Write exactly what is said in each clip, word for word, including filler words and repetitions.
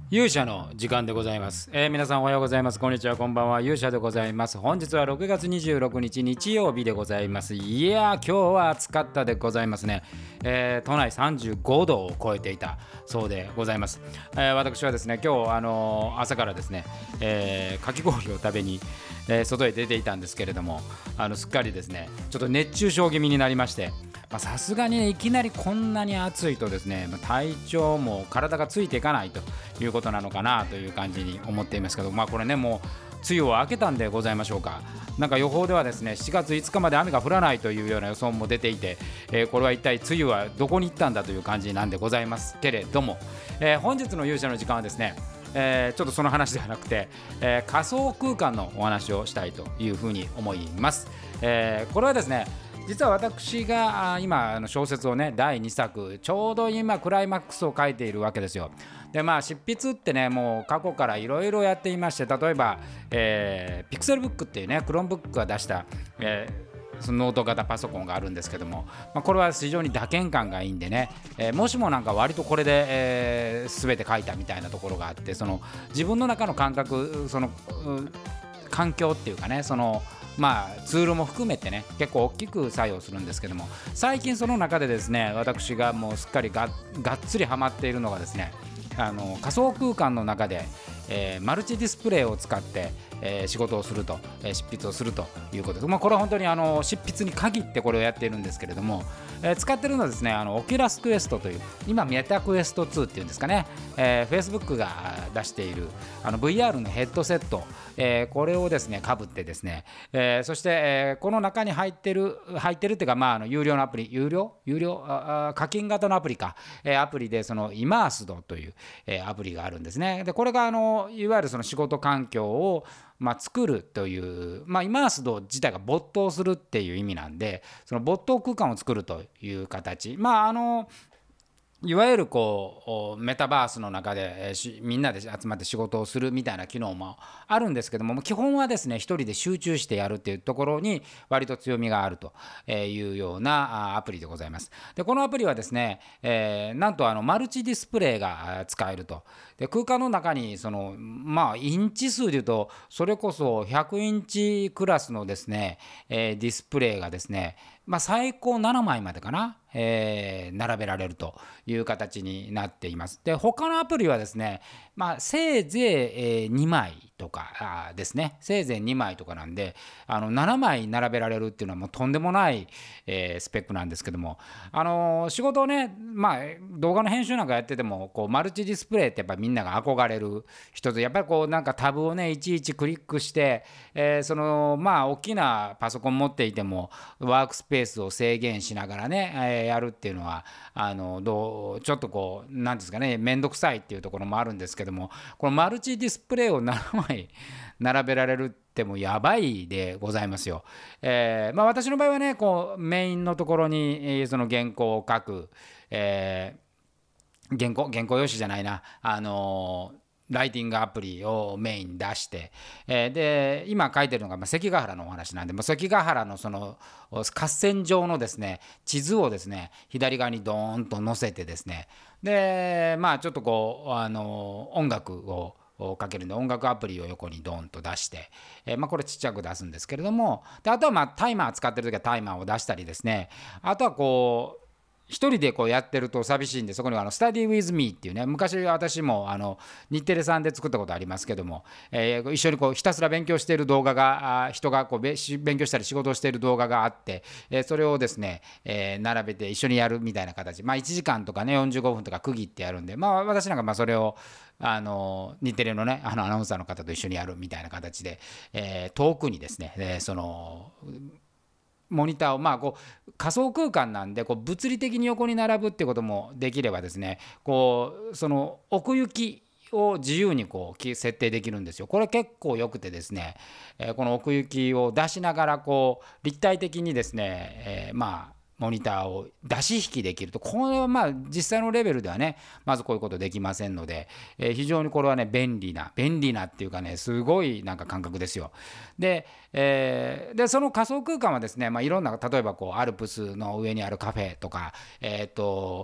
勇者の時間でございます、えー、皆さんおはようございます、こんにちは、こんばんは。勇者でございます。本日はろくがつにじゅうろくにち日曜日でございます。いやー今日は暑かったでございますね、えー、都内さんじゅうごどを超えていたそうでございます、えー、私はですね今日、あのー、朝からですね、えー、かき氷を食べに、えー、外へ出ていたんですけれども、あのすっかりですねちょっと熱中症気味になりまして、さすがに、ね、いきなりこんなに暑いとですね、体調も体がついていかないということなのかなという感じに思っていますけど、まあこれねもう梅雨は明けたんでございましょうか。なんか予報ではですねしちがついつかまで雨が降らないというような予想も出ていて、えー、これは一体梅雨はどこに行ったんだという感じなんでございますけれども、えー、本日の勇者の時間はですね、えー、ちょっとその話ではなくて、えー、仮想空間のお話をしたいというふうに思います、えー、これはですね実は私が今小説をねだいにさくちょうど今クライマックスを書いているわけですよ。でまあ執筆ってねもう過去からいろいろやっていまして、例えば、えー、ピクセルブックっていうねクロームブックが出した、えー、そのノート型パソコンがあるんですけども、まあ、これは非常に打鍵感がいいんでね、えー、もしもなんか割とこれで、えー、全て書いたみたいなところがあって、その自分の中の感覚、その環境っていうかね、そのまあツールも含めてね結構大きく作用するんですけども、最近その中でですね私がもうすっかり が, がっつりハマっているのがですね、あの仮想空間の中で、えー、マルチディスプレイを使って、えー、仕事をすると、えー、執筆をするということで、まあ、これは本当にあの執筆に限ってこれをやっているんですけれども、えー、使っているのはですねあのオキュラスクエストという、今メタクエストツーっていうんですかね、えー、Facebook が出しているあの ブイアール のヘッドセット、えー、これをですね被ってですね、えー、そして、えー、この中に入ってる入ってるっていうか、まあ、あの有料のアプリ有料有料あ課金型のアプリか、えー、アプリでそのイマースドという、えー、アプリがあるんですね。でこれがあのいわゆるその仕事環境をまあ、作るという、まあ、イマースド自体が没頭するっていう意味なんで、その没頭空間を作るという形、まああのいわゆるこうメタバースの中でみんなで集まって仕事をするみたいな機能もあるんですけども、基本はですね一人で集中してやるっていうところに割と強みがあるというようなアプリでございます。でこのアプリはですね、えー、なんとあのマルチディスプレイが使えると。で空間の中にそのまあインチ数でいうとそれこそひゃくインチクラスのですね、えー、ディスプレイがですね、まあ、最高ななまいまでかな、えー、並べられるという形になっています。で他のアプリはですね、まあ、せいぜい、えー、にまいとかですね、せいぜいにまいとかなんで、あのななまい並べられるっていうのはもうとんでもない、えー、スペックなんですけども、あのー、仕事をね、まあ、動画の編集なんかやっててもこうマルチディスプレイってやっぱみんなが憧れる一つ、やっぱりこうなんかタブをねいちいちクリックして、えー、そのまあ大きなパソコン持っていてもワークスペースを制限しながらね、えー、やるっていうのはあのどうちょっとこうなんですかね面倒くさいっていうところもあるんですけども、このマルチディスプレイをななまい並べられるってもやばいでございますよ。えーまあ、私の場合はねこうメインのところに、えー、その原稿を書く、えー、原稿原稿用紙じゃないな、あのーライティングアプリをメインに出して、えー、で今書いてるのが、まあ、関ヶ原のお話なんで、まあ、関ヶ原のその合戦場のですね地図をですね左側にドーンと載せてですね、でまあちょっとこうあの音楽をかけるんで音楽アプリを横にドーンと出して、えーまあ、これちっちゃく出すんですけれども、であとはまあタイマー使ってる時はタイマーを出したりですね、あとはこう一人でこうやってると寂しいんで、そこにはあのスタディウィズミーっていうね、昔私もあの日テレさんで作ったことありますけども、えー、一緒にこうひたすら勉強している動画が人がこう勉強したり仕事をしている動画があって、えー、それをですね、えー、並べて一緒にやるみたいな形、まあいちじかんとかねよんじゅうごふんとか区切ってやるんで、まあ私なんかまあそれをあの日テレのねあのアナウンサーの方と一緒にやるみたいな形で、えー、遠くにですね、えー、そのモニターをまあこう仮想空間なんでこう物理的に横に並ぶっていうこともできればですね、こうその奥行きを自由にこう設定できるんですよ。これ結構よくてですね、えー、この奥行きを出しながらこう立体的にですね、えー、まあモニターを出し引きできると、これはまあ実際のレベルではねまずこういうことできませんので、えー、非常にこれはね便利な便利なっていうかねすごいなんか感覚ですよ。で,、えー、でその仮想空間はですね、まあ、いろんな例えばこうアルプスの上にあるカフェとか、えーと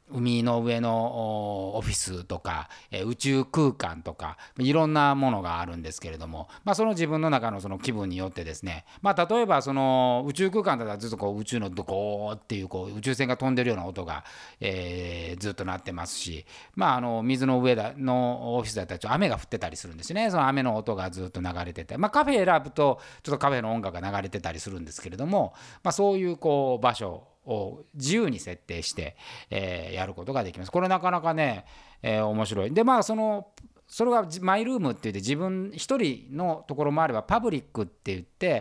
海の上のオフィスとか、え宇宙空間とかいろんなものがあるんですけれども、まあ、その自分の中のその気分によってですね、まあ、例えばその宇宙空間だったらずっとこう宇宙のドコーっていうこう宇宙船が飛んでるような音が、えー、ずっと鳴ってますし、まあ、あの水の上のオフィスだったら雨が降ってたりするんですね。その雨の音がずっと流れてて、まあ、カフェ選ぶとちょっとカフェの音楽が流れてたりするんですけれども、まあ、そういうこう場所を自由に設定して、えー、やることができます。これなかなかね、えー、面白い。でまあそのそれがマイルームって言って自分一人のところもあればパブリックって言って、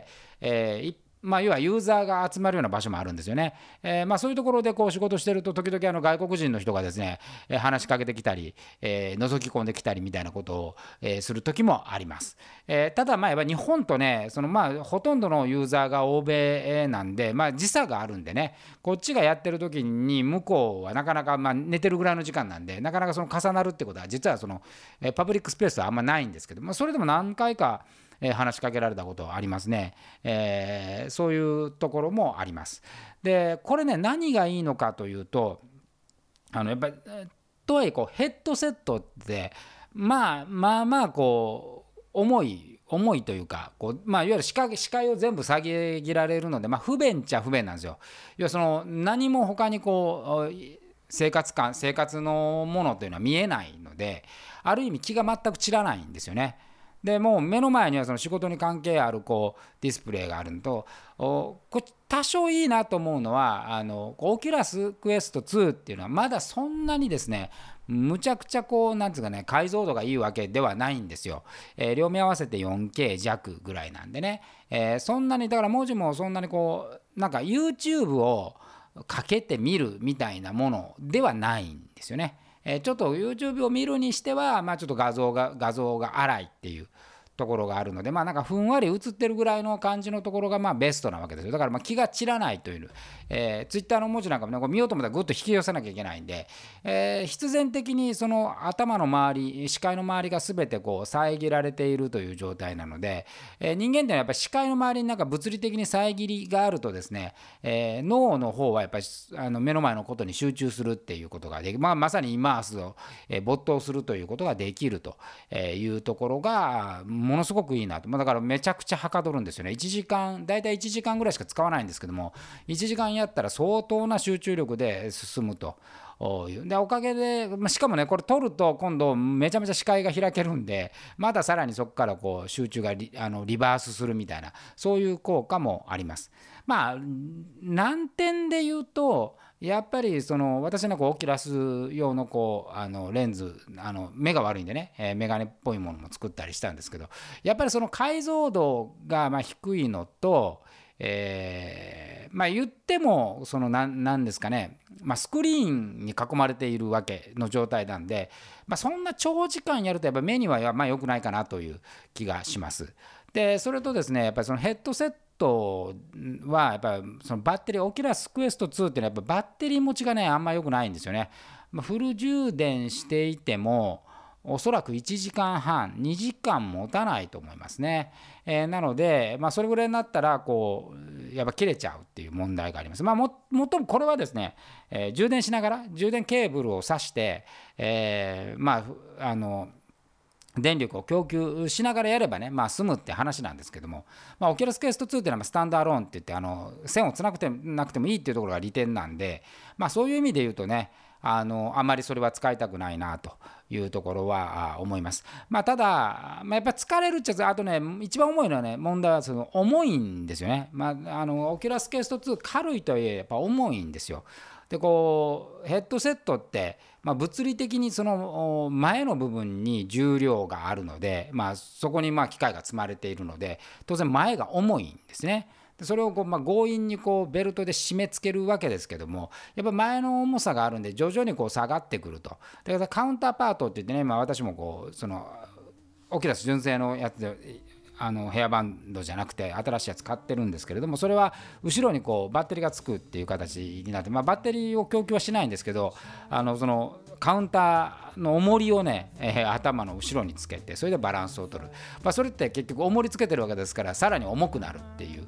えー、まあ、要はユーザーが集まるような場所もあるんですよね。えー、まあそういうところでこう仕事してると時々あの外国人の人がですね、えー、話しかけてきたり、えー、覗き込んできたりみたいなことを、えー、する時もあります。えー、ただまあやっぱ日本とねそのまあほとんどのユーザーが欧米なんで、まあ、時差があるんでね、こっちがやってる時に向こうはなかなかまあ寝てるぐらいの時間なんでなかなかその重なるってことは実はその、えー、パブリックスペースはあんまないんですけど、まあ、それでも何回かえー、話しかけられたことありますね。えー、そういうところもあります。でこれね何がいいのかというと、あのやっぱりとはいえこうヘッドセットってまあまあまあこう重い重いというかこう、まあ、いわゆる視界、視界を全部遮られるので、まあ、不便っちゃ不便なんですよ。要はその何も他にこう生活感生活のものというのは見えないので、ある意味気が全く散らないんですよね。でもう目の前にはその仕事に関係あるこうディスプレイがあるのと、こ多少いいなと思うのはあのオキュラスクエストツーっていうのはまだそんなにですねむちゃくちゃこうなんつうかね解像度がいいわけではないんですよ。えー、両目合わせて よんケー 弱ぐらいなんでね、えー、そんなにだから文字もそんなにこうなんか YouTube をかけてみるみたいなものではないんですよね。えー、ちょっと YouTube を見るにしては、まあ、ちょっと画像が画像が荒いっていうところがあるので、まあなんかふんわり映ってるぐらいの感じのところがまあベストなわけですよ。だからまあ気が散らないという、えー、Twitter の文字なんかも、ね、こう見ようと思ったらぐっと引き寄せなきゃいけないんで、えー、必然的にその頭の周り視界の周りが全てこう遮られているという状態なので、えー、人間っていうのはやっぱり視界の周りになんか物理的に遮りがあるとですね、えー、脳の方はやっぱりあの目の前のことに集中するっていうことができ、まあ、まさにイマースを、えー、没頭するということができるというところがものすごくいいなと。だからめちゃくちゃはかどるんですよね。いちじかんだいたいいちじかんぐらいしか使わないんですけども、いちじかんやったら相当な集中力で進むと。でおかげでしかもねこれ撮ると今度めちゃめちゃ視界が開けるんで、またさらにそこからこう集中が リ, あのリバースするみたいなそういう効果もあります。まあ難点で言うとやっぱりその私のこうオキュラス用のこうあのレンズあの目が悪いんでね、えー、メガネっぽいものも作ったりしたんですけど、やっぱりその解像度がまあ低いのと、えー、まあ言ってもその何ですかね、まあ、スクリーンに囲まれているわけの状態なんで、まあ、そんな長時間やるとやっぱ目にはまあ良くないかなという気がします。でそれとですねやっぱりそのヘッドセットはやっぱりそのバッテリーオキュラスクエストツーっていうのはやっぱバッテリー持ちがねあんま良くないんですよね。まあ、フル充電していてもおそらくいちじかんはんにじかん持たないと思いますね。えー、なので、まあ、それぐらいになったらこうやっぱ切れちゃうっていう問題があります。まあ、ももっともこれはですね、えー、充電しながら充電ケーブルを挿して、えー、まああの電力を供給しながらやればね、まあ、済むって話なんですけども、まあ、オキュラスクエストツーっていうのはスタンドアローンって言ってあの線をつなくてなくてもいいっていうところが利点なんで、まあ、そういう意味で言うとねあのあまりそれは使いたくないなというところは思います。まあ、ただ、まあ、やっぱ疲れるっちゃあとね一番重いのはね問題はその重いんですよね。まあ、あのオキュラスクエストツー軽いとはいえやっぱ重いんですよ。でこうヘッドセットって、まあ、物理的にその前の部分に重量があるので、まあ、そこにまあ機械が積まれているので当然前が重いんですね。でそれをこう、まあ、強引にこうベルトで締め付けるわけですけどもやっぱ前の重さがあるんで徐々にこう下がってくると。だからカウンターパートって言ってね、まあ、私もこうそのオキュラス純正のやつであのヘアバンドじゃなくて新しいやつ買ってるんですけれども、それは後ろにこうバッテリーがつくっていう形になって、まあ、バッテリーを供給はしないんですけどあのそのカウンターの重りをね、えー、頭の後ろにつけてそれでバランスを取る、まあ、それって結局重りつけてるわけですからさらに重くなるっていう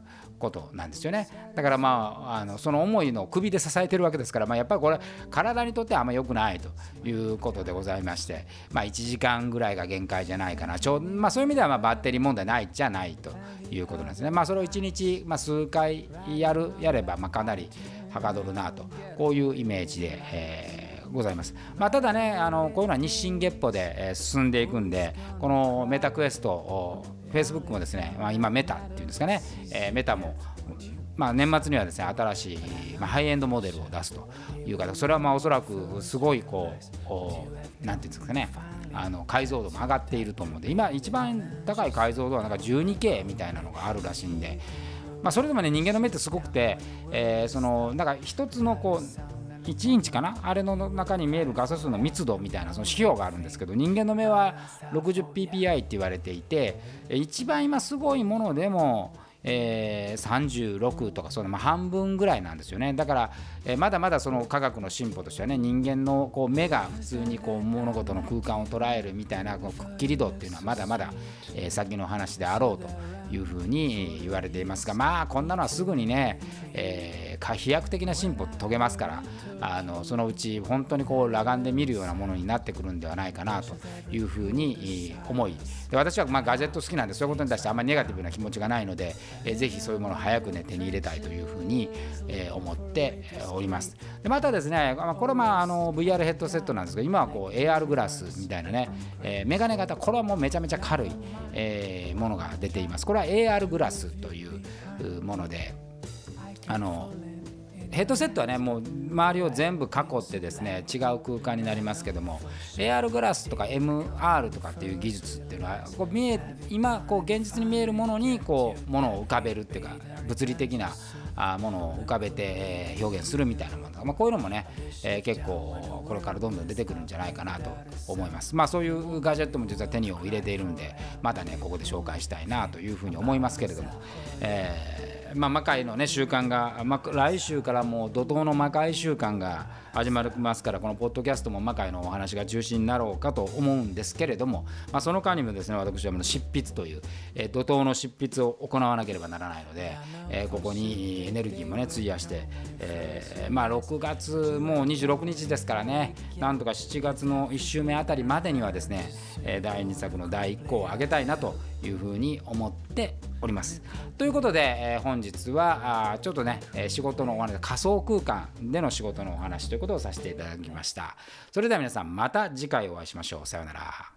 ことなんですよね。だからまあ、あのその思いの首で支えてるわけですから、まあ、やっぱりこれ体にとってはあんま良くないということでございまして、まあ、いちじかんぐらいが限界じゃないかな、ちょ、まあ、そういう意味ではまあバッテリー問題ないじゃないということなんですね。まあ、それをいちにち、まあ、数回やるやればまあかなりはかどるなと、こういうイメージで、えーございます。まあ、ただね、あのこういうのは日進月歩で、えー進んでいくんで、このメタクエスト、Facebook もですね、まあ、今メタっていうんですかね、えーメタもまあ、年末にはですね新しい、まあ、ハイエンドモデルを出すという方、それはまあおそらくすごいこうこうなんていうんですかね、あの解像度も上がっていると思うんで、今一番高い解像度はなんか じゅうにケー みたいなのがあるらしいんで、まあ、それでもね人間の目ってすごくて、えー、そのなんか一つのこういちインチかな、あれの中に見える画素数の密度みたいなその指標があるんですけど、人間の目は ろくじゅうピーピーアイ って言われていて、一番今すごいものでもえー、さんじゅうろくとかその、まあ、半分ぐらいなんですよね。だから、えー、まだまだその科学の進歩としてはね、人間のこう目が普通にこう物事の空間を捉えるみたいなこうくっきり度っていうのはまだまだ、えー、先の話であろうというふうに言われていますが、まあこんなのはすぐにね、えー、飛躍的な進歩を遂げますから、あのそのうち本当にこう裸眼で見るようなものになってくるんではないかなというふうに思い、で私はまあガジェット好きなんで、そういうことに対してあんまりネガティブな気持ちがないので、えー、ぜひそういうものを早くね手に入れたいというふうに、えー、思っております。でまたですね、これはまああの ブイアール ヘッドセットなんですが、今はこう エーアール グラスみたいなね、えー、メガネ型、これはもうめちゃめちゃ軽い、えー、ものが出ています。これは エーアール グラスというもので、あのヘッドセットはねもう周りを全部囲ってですね違う空間になりますけども、 エーアール グラスとか エムアール とかっていう技術っていうのはこう見え今こう現実に見えるものにこうものを浮かべるっていうか、物理的なものを浮かべて表現するみたいなもの、まあ、こういうのもね、えー、結構これからどんどん出てくるんじゃないかなと思います。まあそういうガジェットも実は手に入れているんで、またねここで紹介したいなというふうに思いますけれども、えーまあ、魔界の、ね、週間が、まあ、来週からもう怒涛の魔界週間が始まりますから、このポッドキャストも魔界のお話が中心になろうかと思うんですけれども、まあ、その間にもですね私はもう執筆という、えー、怒涛の執筆を行わなければならないので、えー、ここにエネルギーもね費やして、えーまあ、ろくがつもうにじゅうろくにちですからね、なんとかしちがつのいっ週目あたりまでにはですね、えー、だいにさくのだいいっこを上げたいなというふうに思っております。ということで、えー、本日はあちょっとね、えー、仕事のお話、仮想空間での仕事のお話ということをさせていただきました。それでは皆さんまた次回お会いしましょう。さようなら。